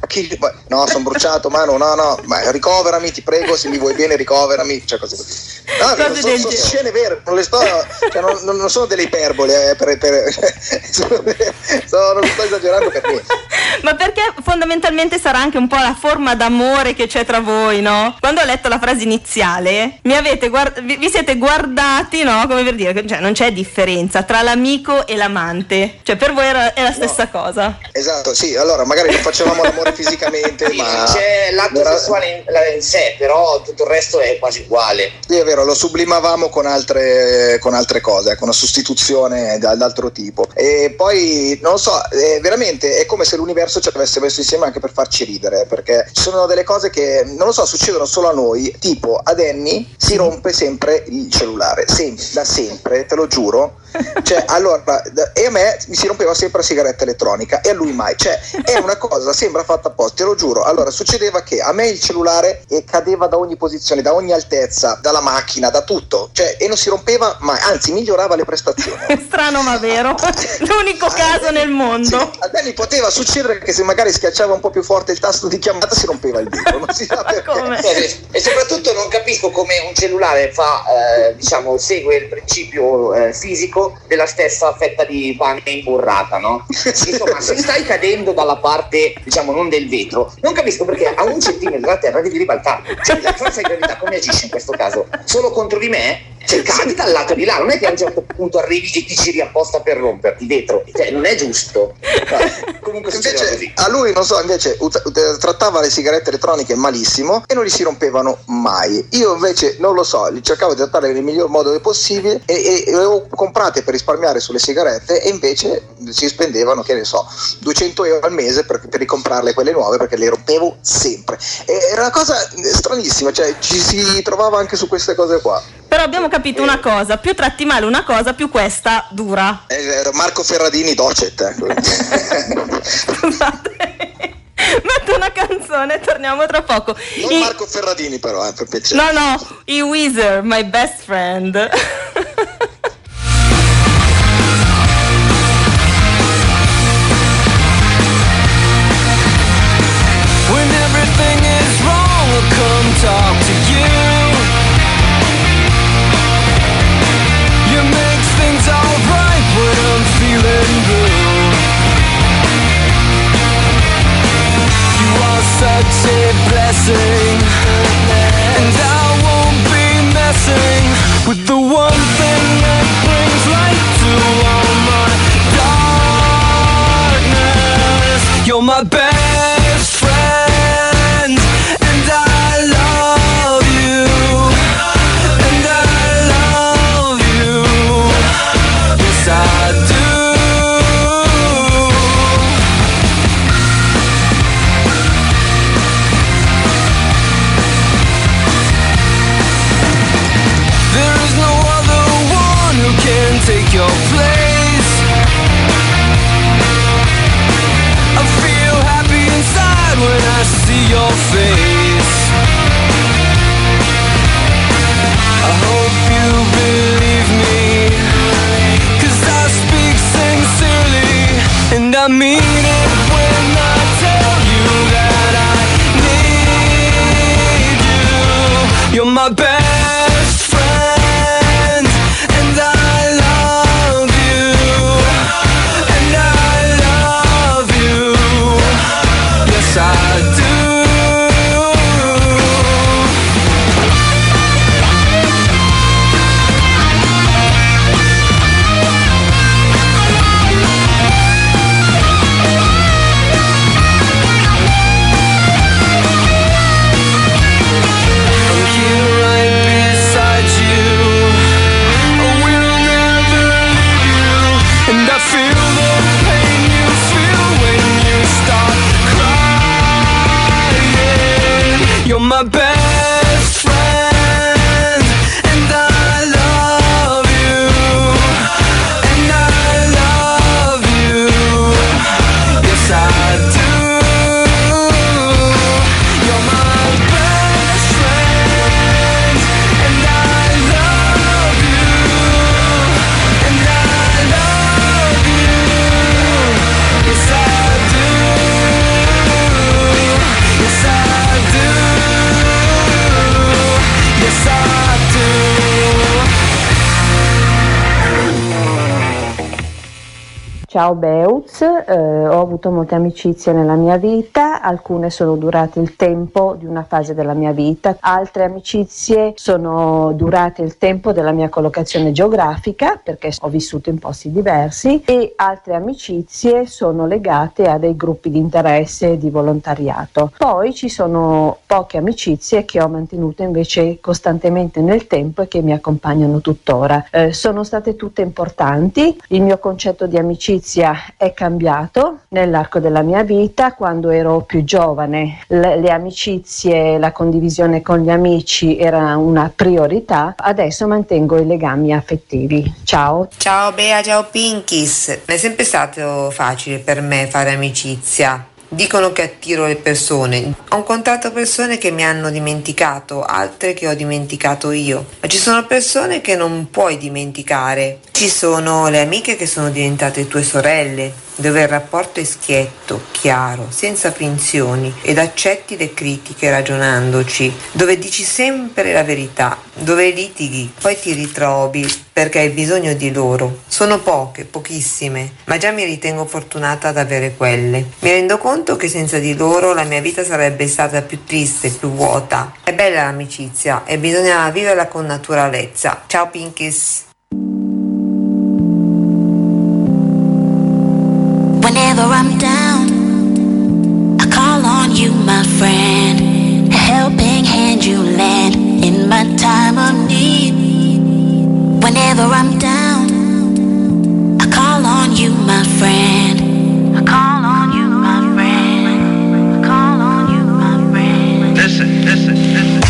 chi, no, sono bruciato, mano, no, no, ma ricoverami, ti prego, se mi vuoi bene ricoverami, cioè cose così. No, sono, sono, sono scene vere, non le sto, cioè non, non sono delle iperbole, eh, per, per, sono, non sto esagerando per niente. Ma perché fondamentalmente sarà anche un po' la forma d'amore che c'è tra voi, no? Quando ho letto la frase iniziale, mi avete guard- vi, vi siete guardati, no? Come per dire, cioè non c'è differenza tra l'amico e l'amante, cioè per voi era, è la stessa no. cosa. Esatto, sì, allora magari non facevamo l'amore fisicamente, sì, ma c'è l'atto era... sessuale in, in sé, però tutto il resto è quasi uguale. Sì, è vero, lo sublimavamo con altre, con altre cose, con una sostituzione d'altro tipo. E poi, non lo so, è veramente è come se l'universo ci avesse messo insieme anche per farci ridere, perché ci sono delle cose che, non lo so, succedono solo a noi, tipo ad Annie si rompe sempre il cellulare, sempre, da sempre, te lo giuro. Cioè, allora, e a me mi si rompeva sempre la sigaretta elettronica e a lui mai, cioè è una cosa, sembra fatta apposta, te lo giuro. Allora succedeva che a me il cellulare cadeva da ogni posizione, da ogni altezza, dalla macchina, da tutto, cioè, e non si rompeva mai, anzi migliorava le prestazioni. Strano ma vero, l'unico caso nel mondo. Sì, a Danny poteva succedere che se magari schiacciava un po' più forte il tasto di chiamata si rompeva il dito, non si sa perché. E soprattutto non capisco come un cellulare fa, eh, diciamo, segue il principio eh, fisico della stessa fetta di pane imburrata, no? Insomma, se stai cadendo dalla parte, diciamo, non del vetro, non capisco perché a un centimetro dalla terra devi ribaltarti. Cioè, la forza di gravità come agisce in questo caso? Solo contro di me? Cioè, cadi dal lato di là, non è che a un certo punto arrivi e ti giri apposta per romperti dietro, cioè non è giusto. Comunque invece così. A lui, non so, invece ut- ut- trattava le sigarette elettroniche malissimo e non gli si rompevano mai. Io invece non lo so, li cercavo di trattarle nel miglior modo possibile e, e, e avevo comprate per risparmiare sulle sigarette e invece si spendevano, che ne so, duecento euro al mese per, per ricomprarle quelle nuove perché le rompevo sempre. E era una cosa stranissima, cioè ci si trovava anche su queste cose qua. Però abbiamo capito una cosa, più tratti male una cosa, più questa dura. Eh, Marco Ferradini docet. Eh. Scusate, metto una canzone, torniamo tra poco. Non I... Marco Ferradini però, eh, per piacere. No, no, i Weezer, my best friend. When everything is wrong, I'll come talk to you. You make things alright when I'm feeling blue. You are such a blessing, and I won't be messing with the one thing Ciao Beuz, eh, ho avuto molte amicizie nella mia vita, alcune sono durate il tempo di una fase della mia vita, altre amicizie sono durate il tempo della mia collocazione geografica perché ho vissuto in posti diversi e altre amicizie sono legate a dei gruppi di interesse e di volontariato. Poi ci sono poche amicizie che ho mantenuto invece costantemente nel tempo e che mi accompagnano tuttora. Eh, sono state tutte importanti, il mio concetto di amicizia è cambiato nell'arco della mia vita. Quando ero più giovane le, le amicizie, la condivisione con gli amici era una priorità, adesso mantengo i legami affettivi. Ciao. Ciao Bea, ciao Pinkies. Non è sempre stato facile per me fare amicizia. Dicono che attiro le persone. Ho incontrato persone che mi hanno dimenticato, altre che ho dimenticato io. Ma ci sono persone che non puoi dimenticare. Ci sono le amiche che sono diventate tue sorelle, dove il rapporto è schietto, chiaro, senza finzioni ed accetti le critiche ragionandoci, dove dici sempre la verità, dove litighi, poi ti ritrovi perché hai bisogno di loro. Sono poche, pochissime, ma già mi ritengo fortunata ad avere quelle. Mi rendo conto che senza di loro la mia vita sarebbe stata più triste, più vuota. È bella l'amicizia e bisogna viverla con naturalezza. Ciao Pinkies. Whenever I'm down, I call on you, my friend. A helping hand you lend in my time of need. Whenever I'm down, I call on you, my friend. I call on you, my friend. I call on you, my friend. Listen, listen, listen.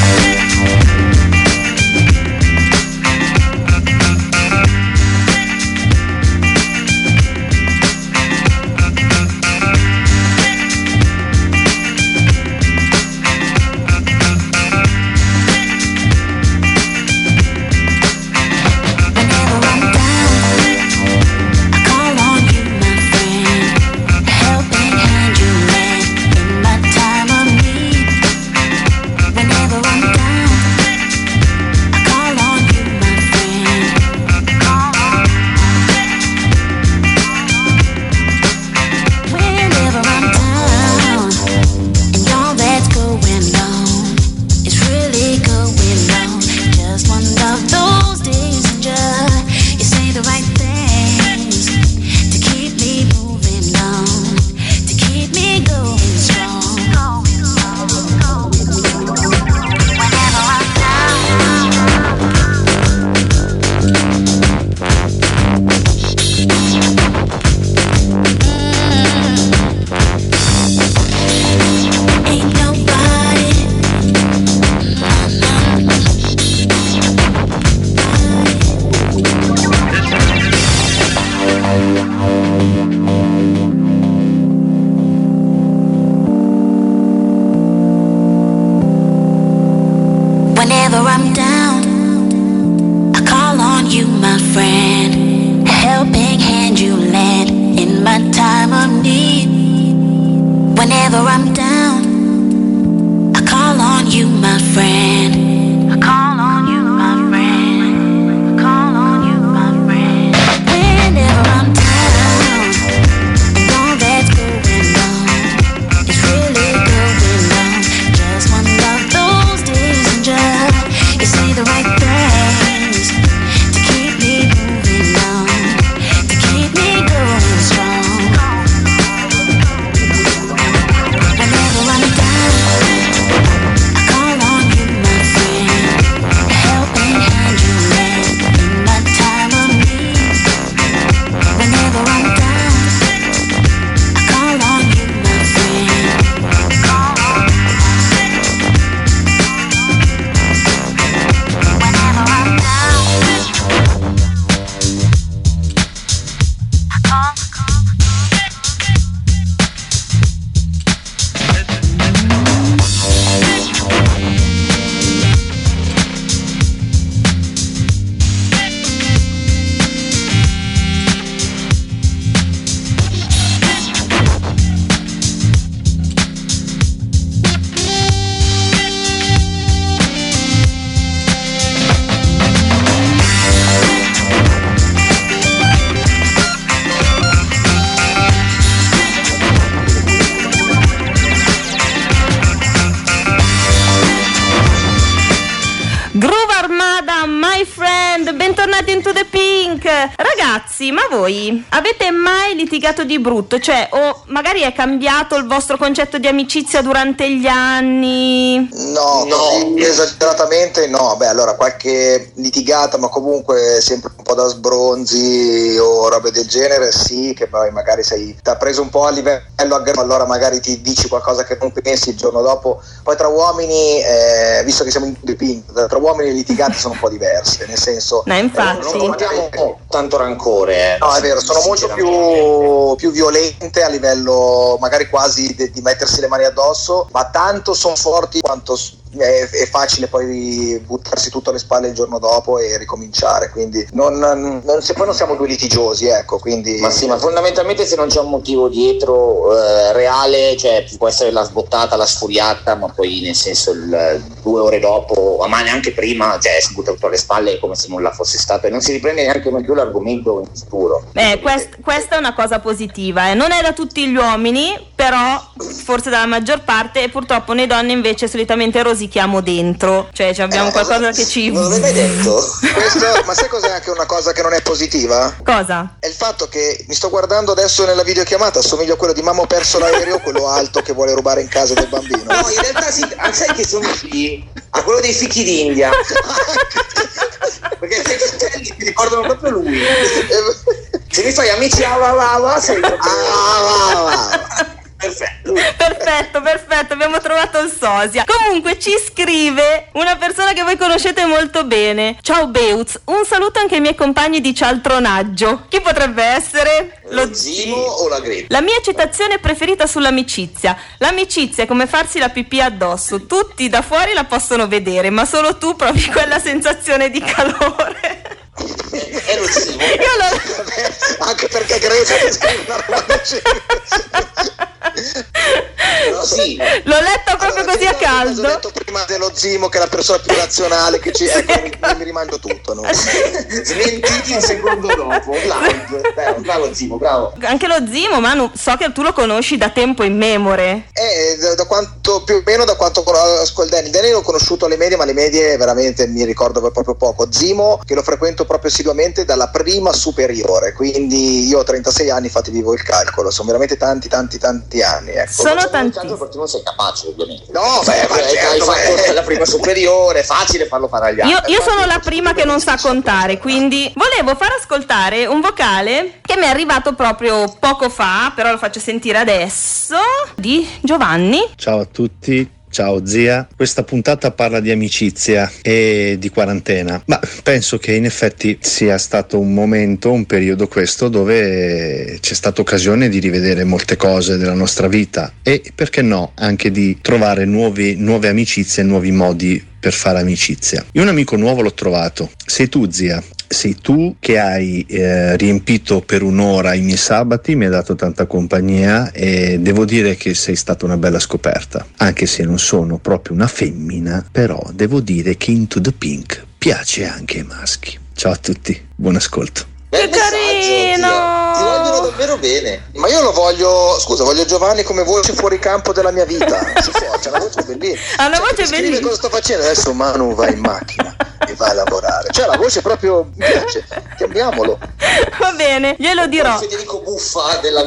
Whenever I'm down, I call on you, my friend. A helping hand you lend in my time of need. Whenever I'm down, I call on you, my friend. I call on you, my friend. I call on you, my friend. Whenever I'm down, and all that's going on is really going on. Just one of those days and just you say the right things to keep me moving on, to keep me going strong. Ragazzi, ma voi avete mai litigato di brutto? Cioè, o magari è cambiato il vostro concetto di amicizia durante gli anni? No, no, esageratamente no. Beh, allora qualche litigata, ma comunque sempre un po' da sbronzi o robe del genere, sì, che poi magari sei t'ha preso un po' a livello aggressivo, allora magari ti dici qualcosa che non pensi il giorno dopo. Poi tra uomini, eh, visto che siamo in dipinto, tra uomini le litigate sono un po' diverse, nel senso no, infatti eh, non abbiamo tanto rancore, eh. No, è vero, sono molto più, più violente a livello magari quasi di, di mettersi le mani addosso, ma tanto sono forti quanto è, è facile poi buttarsi tutto alle spalle il giorno dopo e ricominciare, quindi non, non, se poi non siamo due litigiosi, ecco, quindi ma sì, ma fondamentalmente se non c'è un motivo dietro eh, reale, cioè può essere la sbottata, la sfuriata, ma poi nel senso il, due ore dopo, ma neanche prima, cioè si butta tutto alle spalle come se nulla fosse stato e non si riprende neanche più l'argomento in futuro. Beh, quest, questa è una cosa positiva, eh. Non è da tutti gli uomini, però forse dalla maggior parte, e purtroppo noi donne invece solitamente rosichiamo dentro, cioè, cioè abbiamo eh, qualcosa che ci... Non l'avevi detto? Questo, ma sai cos'è anche una cosa che non è positiva? Cosa? È il fatto che mi sto guardando adesso nella videochiamata, assomiglio a quello di Mamma ho perso l'aereo, quello alto che vuole rubare in casa del bambino. No, in realtà sì, sai che sono qui a quello dei fichi d'India. Perché i fratelli ti ricordano proprio lui. Se mi fai amici ava ava sei proprio perfetto. Perfetto, perfetto, abbiamo trovato il sosia. Comunque ci scrive una persona che voi conoscete molto bene. Ciao Beuz, un saluto anche ai miei compagni di cialtronaggio. Chi potrebbe essere? Lo, Lo Zimo o la Greta? La mia citazione preferita sull'amicizia. L'amicizia è come farsi la pipì addosso. Tutti da fuori la possono vedere, ma solo tu provi quella sensazione di calore. È lo Zimo. Io lo... Anche perché Greta che scrive una roba del no, sì. L'ho letto proprio allora, così a caldo. Ho detto prima dello Zimo che è la persona più razionale che ci ecco, mi, mi rimangio tutto, no? Smentiti un secondo dopo. Bravo, bravo Zimo, bravo. Anche lo Zimo, Manu, so che tu lo conosci da tempo in memore. Eh, da, da quanto più o meno da quanto conosco il Danny. Il Danny l'ho conosciuto alle medie, ma le medie veramente mi ricordo proprio poco. Zimo che lo frequento proprio assiduamente dalla prima superiore, quindi io ho trentasei anni, fate vivo il calcolo, sono veramente tanti tanti tanti anni, ecco. Sono tantissimi. Perché non sei capace, ovviamente. No, beh, ma hai, certo, hai fatto la prima superiore, è facile farlo fare agli altri. Io, io sono la prima che non sa contare, quindi volevo far ascoltare un vocale che mi è arrivato proprio poco fa, però lo faccio sentire adesso, di Giovanni. Ciao a tutti. Ciao zia, questa puntata parla di amicizia e di quarantena, ma penso che in effetti sia stato un momento, un periodo questo dove c'è stata occasione di rivedere molte cose della nostra vita e perché no anche di trovare nuovi, nuove amicizie, nuovi modi per fare amicizia. Io un amico nuovo l'ho trovato, sei tu zia. Sei tu che hai eh, riempito per un'ora i miei sabati, mi hai dato tanta compagnia e devo dire che sei stata una bella scoperta, anche se non sono proprio una femmina, però devo dire che Into the Pink piace anche ai maschi. Ciao a tutti, buon ascolto. Che carino! Ti vogliono davvero bene. Ma io lo voglio, scusa, voglio Giovanni come voce fuori campo della mia vita. Si può, c'è una voce bellissima. Ha una cioè, voce scrive bellissima. Cosa sto facendo? Adesso Manu va in macchina e va a lavorare. Cioè la voce proprio mi piace. Chiamiamolo. Va bene, glielo dirò. Federico Buffa della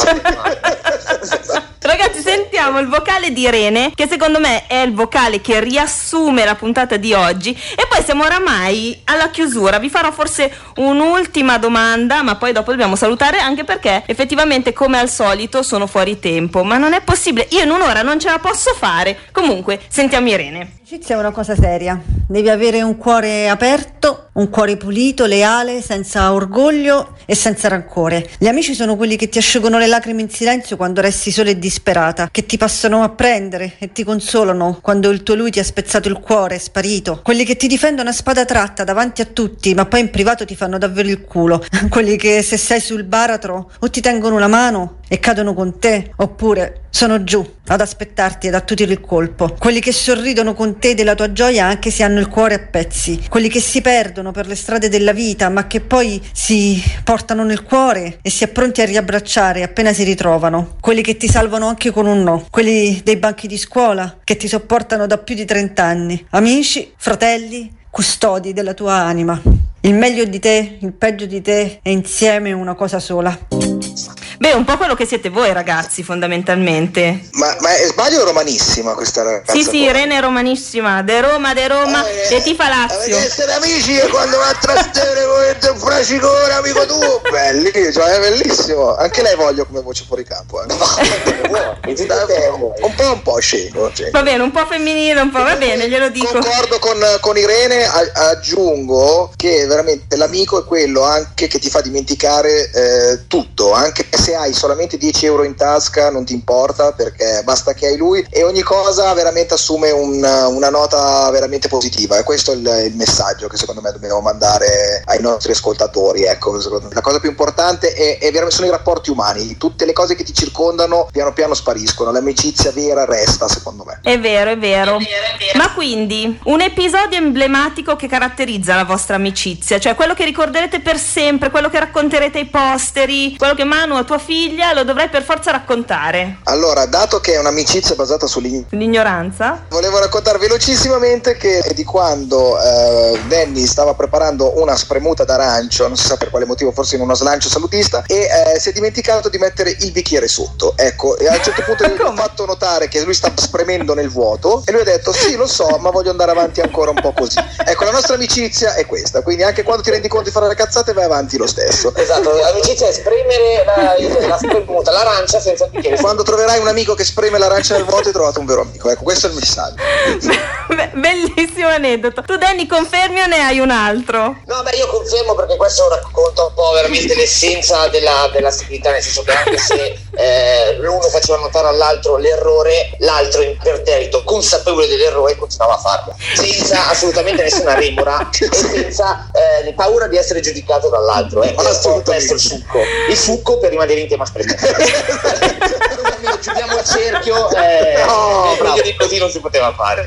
vita. Ragazzi, sentiamo il vocale di Irene, che secondo me è il vocale che riassume la puntata di oggi. E poi siamo oramai alla chiusura. Vi farò forse un'ultima domanda, ma poi dopo dobbiamo salutare, anche perché effettivamente come al solito sono fuori tempo. Ma non è possibile, io in un'ora non ce la posso fare. Comunque, sentiamo Irene. L'amicizia è una cosa seria, devi avere un cuore aperto, un cuore pulito, leale, senza orgoglio e senza rancore. Gli amici sono quelli che ti asciugano le lacrime in silenzio quando resti sola e disperata, che ti passano a prendere e ti consolano quando il tuo lui ti ha spezzato il cuore, è sparito. Quelli che ti difendono a spada tratta davanti a tutti, ma poi in privato ti fanno davvero il culo. Quelli che se sei sul baratro o ti tengono una mano e cadono con te, oppure sono giù ad aspettarti ed attutire il colpo. Quelli che sorridono con te della tua gioia anche se hanno il cuore a pezzi. Quelli che si perdono per le strade della vita ma che poi si portano nel cuore e si è pronti a riabbracciare appena si ritrovano. Quelli che ti salvano anche con un no. Quelli dei banchi di scuola che ti sopportano da più di trent'anni. Amici, fratelli, custodi della tua anima. Il meglio di te, il peggio di te e insieme una cosa sola. Beh, un po' quello che siete voi ragazzi fondamentalmente. Ma, ma è sbaglio o romanissima questa ragazza? Sì, sì, Irene è romanissima, de Roma, de Roma, eh, e tifa Lazio. Avete essere amici e quando va a Trastevere con un fracicone, amico tu. Belli, cioè è bellissimo. Anche lei voglio come voce fuori campo. Eh. un po' un po' scemo. Cioè. Va bene, un po' femminile, un po', va bene, glielo dico. Concordo con, con Irene, a, aggiungo che veramente l'amico è quello anche che ti fa dimenticare eh, tutto, anche se hai solamente dieci euro in tasca non ti importa perché basta che hai lui e ogni cosa veramente assume un, una nota veramente positiva e questo è il, il messaggio che secondo me dobbiamo mandare ai nostri ascoltatori. Ecco, la cosa più importante è, è veramente, sono i rapporti umani, tutte le cose che ti circondano piano piano spariscono, l'amicizia vera resta secondo me. È vero, è vero, è vero, è vero. Ma quindi un episodio emblematico che caratterizza la vostra amicizia, cioè quello che ricorderete per sempre, quello che racconterete ai posteri, quello che Manu a tua figlia lo dovrai per forza raccontare. Allora, dato che è un'amicizia basata sull'ignoranza, volevo raccontare velocissimamente che è di quando eh, Danny stava preparando una spremuta d'arancio, non si sa per quale motivo, forse in uno slancio salutista, e eh, si è dimenticato di mettere il bicchiere sotto. Ecco, e a un certo punto gli ho fatto notare che lui stava spremendo nel vuoto e lui ha detto sì, lo so, ma voglio andare avanti ancora un po' così. Ecco, la nostra amicizia è questa, quindi anche quando ti rendi conto di fare le cazzate vai avanti lo stesso. Esatto, l'amicizia è spremere la, la spremuta, l'arancia senza il bicchiere. Quando troverai un amico che spreme l'arancia nel vuoto hai trovato un vero amico. Ecco, questo è il messaggio. Be- bellissimo aneddoto. Tu Danny confermi o ne hai un altro? No, beh, io confermo perché questo racconta un po' veramente l'essenza della, della stupidità, nel senso che anche se eh, l'uno faceva notare all'altro l'errore, l'altro imperterrito, consapevole dell'errore, continuava a farlo senza assolutamente nessuna remora e senza eh, paura di essere giudicato dall'altro. Eh. Questo è il succo, il succo per rimanere in tema spremuto. Chiudiamo il cerchio, eh, no, meglio di così non si poteva fare.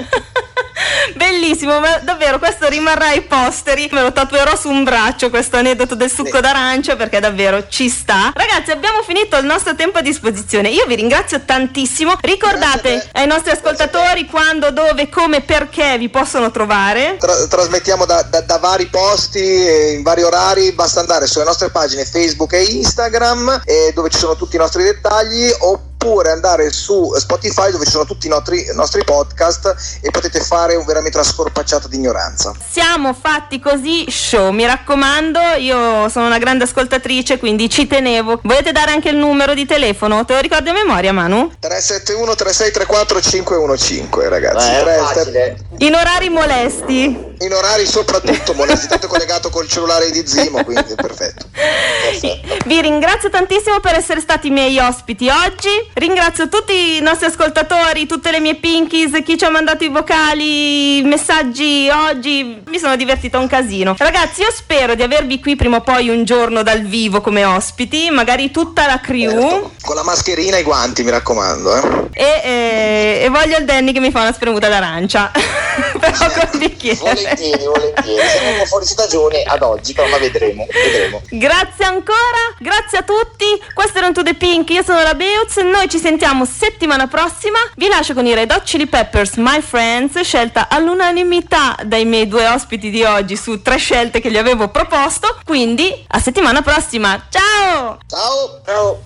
Bellissimo, ma davvero questo rimarrà ai posteri, me lo tatuerò su un braccio questo aneddoto del succo sì. d'arancia perché davvero ci sta. Ragazzi, abbiamo finito il nostro tempo a disposizione, io vi ringrazio tantissimo, ricordate ai nostri ascoltatori quando, dove, come, perché vi possono trovare. Tra- trasmettiamo da, da, da vari posti e in vari orari, basta andare sulle nostre pagine Facebook e Instagram eh, dove ci sono tutti i nostri dettagli, oppure andare su Spotify dove ci sono tutti i nostri, i nostri podcast e potete fare un, veramente una scorpacciata di ignoranza. Siamo fatti così show, mi raccomando, io sono una grande ascoltatrice quindi ci tenevo. Volete dare anche il numero di telefono? Te lo ricordi a memoria, Manu? tre sette uno tre sei tre quattro cinque uno cinque ragazzi. Beh, è facile. In orari molesti. In orari soprattutto molesti, tanto collegato col cellulare di Zimo, quindi è perfetto. perfetto. Vi ringrazio tantissimo per essere stati i miei ospiti oggi. Ringrazio tutti i nostri ascoltatori, tutte le mie pinkies, chi ci ha mandato i vocali, i messaggi oggi. Mi sono divertita un casino. Ragazzi, io spero di avervi qui prima o poi un giorno dal vivo come ospiti, magari tutta la crew. Certo. Con la mascherina e i guanti, mi raccomando. Eh. E, e, e voglio il Danny che mi fa una spremuta d'arancia. Però con bicchiere. Volentieri, volentieri. Siamo un po' fuori stagione ad oggi, però ma vedremo, vedremo. Grazie ancora, grazie a tutti. Questo era To The Pink, io sono la Beuz. Noi ci sentiamo settimana prossima. Vi lascio con i Red Hot Chili Peppers, My Friends, scelta all'unanimità dai miei due ospiti di oggi su tre scelte che gli avevo proposto. Quindi a settimana prossima. Ciao! Ciao! Ciao!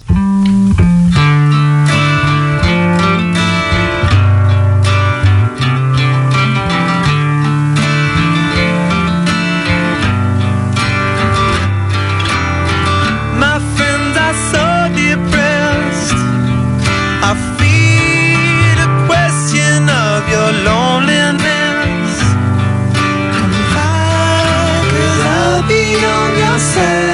I fear the question of your loneliness. Come back, 'cause I'll be on your side.